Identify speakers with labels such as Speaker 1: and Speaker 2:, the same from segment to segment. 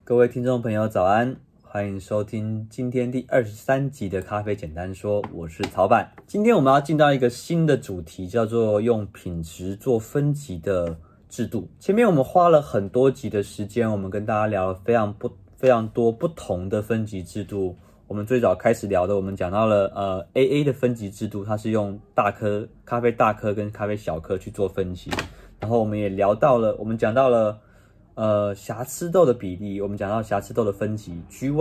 Speaker 1: 各位听众朋友早安，欢迎收听今天第23集的咖啡简单说，我是曹板。今天我们要进到一个新的主题，叫做用品质做分级的制度。前面我们花了很多集的时间，我们跟大家聊了非常多不同的分级制度。我们最早开始聊的，我们讲到了AA 的分级制度，它是用咖啡大颗跟咖啡小颗去做分级。然后我们也我们讲到了瑕疵豆的比例，我们讲到瑕疵豆的分级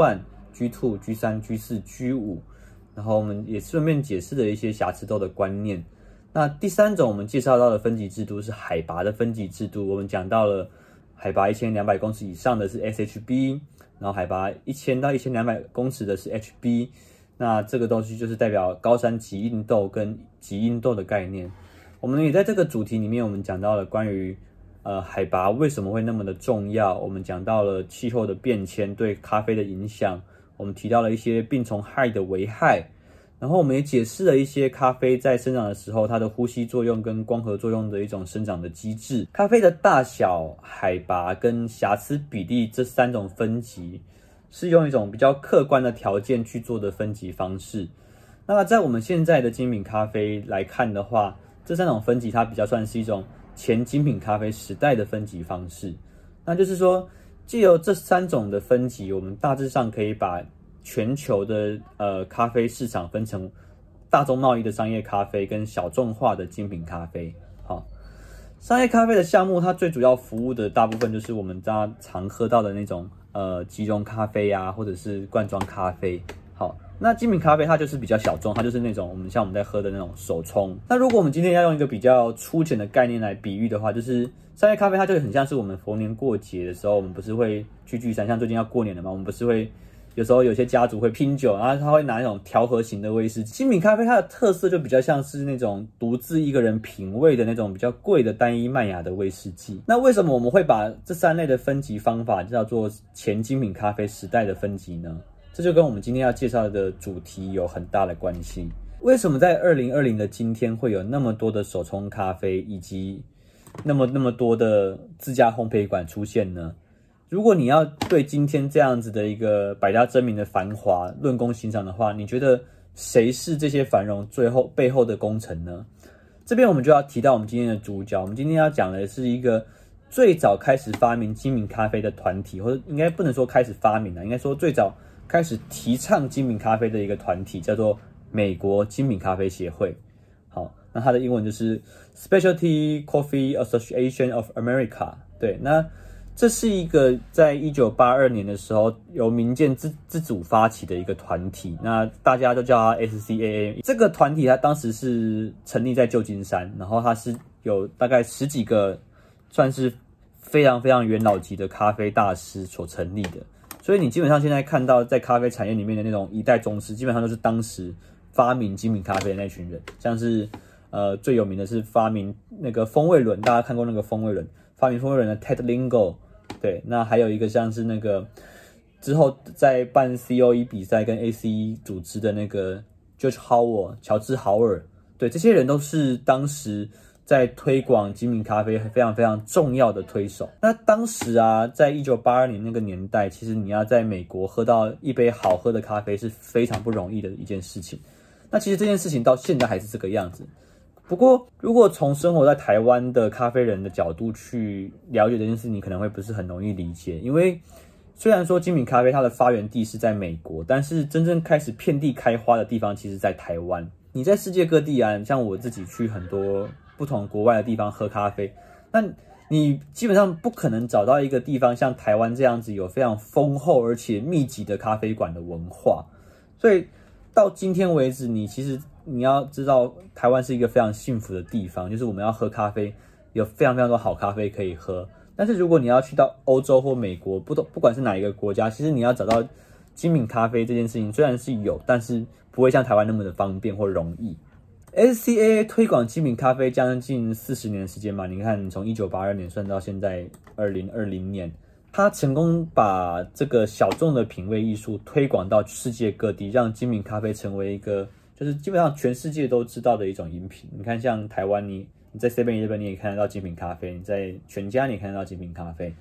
Speaker 1: G1、G2、G3、G4、G5， 然后我们也顺便解释了一些瑕疵豆的观念。那第三种我们介绍到的分级制度是海拔的分级制度，我们讲到了海拔1200公尺以上的是 SHB， 然后海拔1000到1200公尺的是 HB， 那这个东西就是代表高山极硬豆跟极硬豆的概念。我们也在这个主题里面，我们讲到了关于海拔为什么会那么的重要，我们讲到了气候的变迁对咖啡的影响，我们提到了一些病虫害的危害，然后我们也解释了一些咖啡在生长的时候它的呼吸作用跟光合作用的一种生长的机制。咖啡的大小、海拔跟瑕疵比例这三种分级是用一种比较客观的条件去做的分级方式。那在我们现在的精品咖啡来看的话，这三种分级它比较算是一种前精品咖啡时代的分级方式。那就是说，藉由这三种的分级，我们大致上可以把全球的咖啡市场分成大宗贸易的商业咖啡跟小众化的精品咖啡。好，商业咖啡的项目，它最主要服务的大部分就是我们大家常喝到的那种即溶咖啡啊，或者是罐装咖啡。好，那精品咖啡它就是比较小众，它就是那种我们在喝的那种手冲。那如果我们今天要用一个比较粗浅的概念来比喻的话，就是商业咖啡它就很像是我们逢年过节的时候，我们不是会去聚餐，像最近要过年了嘛，我们不是会有时候有些家族会拼酒，然后他会拿那种调和型的威士忌。精品咖啡它的特色就比较像是那种独自一个人品味的那种比较贵的单一麦芽的威士忌。那为什么我们会把这三类的分级方法叫做前精品咖啡时代的分级呢？这就跟我们今天要介绍的主题有很大的关系。为什么在2020的今天会有那么多的手冲咖啡以及那么多的自家烘焙馆出现呢？如果你要对今天这样子的一个百家争鸣的繁华论功行赏的话，你觉得谁是这些繁荣背后的功臣呢？这边我们就要提到我们今天的主角。我们今天要讲的是一个最早开始发明精品咖啡的团体，或者应该不能说开始发明了，应该说最早开始提倡精品咖啡的一个团体，叫做美国精品咖啡协会。好，那它的英文就是 Specialty Coffee Association of America。对，那这是一个在1982年的时候由民间自主发起的一个团体，那大家都叫它 SCAA。这个团体它当时是成立在旧金山，然后它是有大概10几个算是非常元老级的咖啡大师所成立的。所以你基本上现在看到在咖啡产业里面的那种一代宗师，基本上都是当时发明精品咖啡的那群人。像是最有名的是发明那个风味轮，大家看过那个风味轮，发明风味轮的 Ted Lingo。对，那还有一个像是那个之后在办 COE 比赛跟 ACE 组织的那个 George Howard 乔治豪尔。对，这些人都是当时在推广精品咖啡非常重要的推手。那当时啊，在1982年那个年代，其实你要在美国喝到一杯好喝的咖啡是非常不容易的一件事情。那其实这件事情到现在还是这个样子。不过，如果从生活在台湾的咖啡人的角度去了解这件事，你可能会不是很容易理解。因为虽然说精品咖啡它的发源地是在美国，但是真正开始遍地开花的地方其实在台湾。你在世界各地啊，像我自己去很多不同国外的地方喝咖啡，那你基本上不可能找到一个地方像台湾这样子有非常丰厚而且密集的咖啡馆的文化。所以到今天为止，其实你要知道台湾是一个非常幸福的地方，就是我们要喝咖啡有非常多好咖啡可以喝。但是如果你要去到欧洲或美国，不管是哪一个国家，其实你要找到精品咖啡这件事情虽然是有，但是不会像台湾那么的方便或容易。SCAA 推广精品咖啡将近40年的时间嘛，你看从1982年算到现在2020年，他成功把这个小众的品味艺术推广到世界各地，让精品咖啡成为一个就是基本上全世界都知道的一种饮品。你看像台湾你在 7-Eleven 你也看得到精品咖啡，你在全家你也看得到精品咖啡。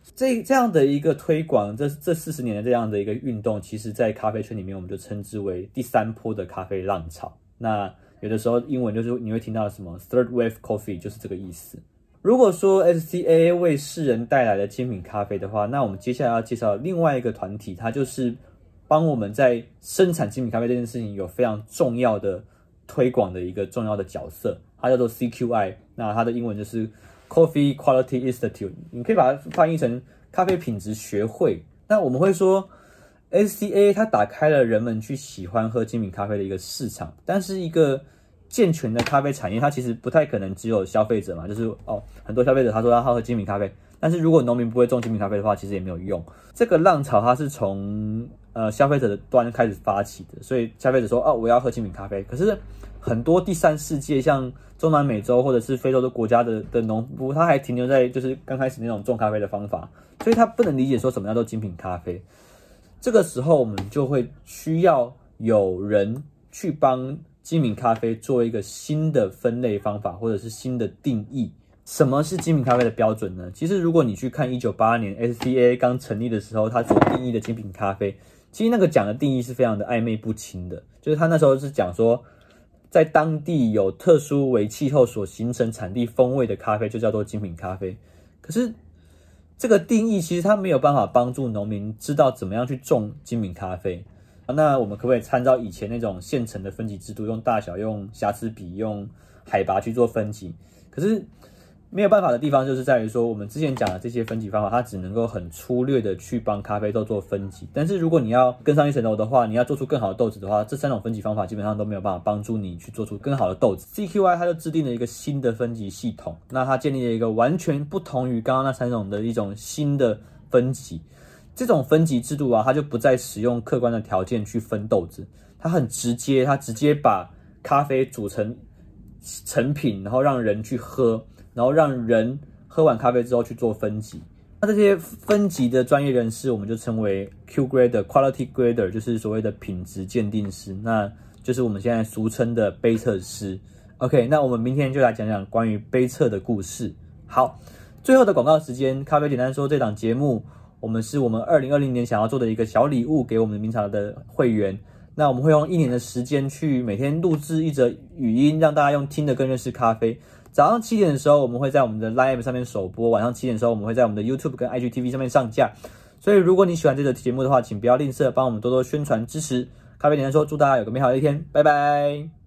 Speaker 1: 这样的一个推广，这40年的这样的一个运动，其实在咖啡圈里面，我们就称之为第3波的咖啡浪潮。那有的时候英文就是你会听到什么 Third Wave Coffee， 就是这个意思。如果说 SCAA 为世人带来了精品咖啡的话，那我们接下来要介绍另外一个团体，它就是帮我们在生产精品咖啡这件事情有非常重要的推广的一个重要的角色，它叫做 CQI， 那它的英文就是 Coffee Quality Institute， 你可以把它翻译成咖啡品质学会。那我们会说 SCAA 它打开了人们去喜欢喝精品咖啡的一个市场，但是一个健全的咖啡产业，它其实不太可能只有消费者嘛，就是很多消费者他说他喝精品咖啡，但是如果农民不会种精品咖啡的话，其实也没有用。这个浪潮它是从消费者的端开始发起的，所以消费者说我要喝精品咖啡，可是很多第三世界像中南美洲或者是非洲的国家的农夫，他还停留在就是刚开始那种种咖啡的方法，所以他不能理解说什么叫做精品咖啡。这个时候我们就会需要有人去帮精品咖啡做一个新的分类方法，或者是新的定义。什么是精品咖啡的标准呢？其实如果你去看1982年 SCAA 刚成立的时候，它所定义的精品咖啡，其实那个讲的定义是非常的暧昧不清的。就是他那时候是讲说，在当地有特殊为气候所形成产地风味的咖啡就叫做精品咖啡。可是这个定义其实它没有办法帮助农民知道怎么样去种精品咖啡。那我们可不可以参照以前那种现成的分级制度，用大小、用瑕疵比、用海拔去做分级？可是没有办法的地方就是在于说，我们之前讲的这些分级方法，它只能够很粗略的去帮咖啡豆做分级。但是如果你要更上一层楼的话，你要做出更好的豆子的话，这3种分级方法基本上都没有办法帮助你去做出更好的豆子。CQI 它就制定了一个新的分级系统，那它建立了一个完全不同于刚刚那3种的一种新的分级。这种分级制度啊，它就不再使用客观的条件去分豆子，它很直接，它直接把咖啡煮成成品，然后让人去喝，然后让人喝完咖啡之后去做分级。那这些分级的专业人士，我们就称为 Q Grader、Quality Grader， 就是所谓的品质鉴定师，那就是我们现在俗称的杯测师。OK， 那我们明天就来讲讲关于杯测的故事。好，最后的广告时间，咖啡简单说这档节目，我们2020年想要做的一个小礼物给我们明朝的会员。那我们会用1年的时间去每天录制一则语音，让大家用听的更认识咖啡。早上7点的时候，我们会在我们的 Live 上面首播；晚上7点的时候，我们会在我们的 YouTube 跟 IGTV 上面上架。所以，如果你喜欢这个节目的话，请不要吝啬帮我们多多宣传支持。咖啡简单说，祝大家有个美好的一天，拜拜。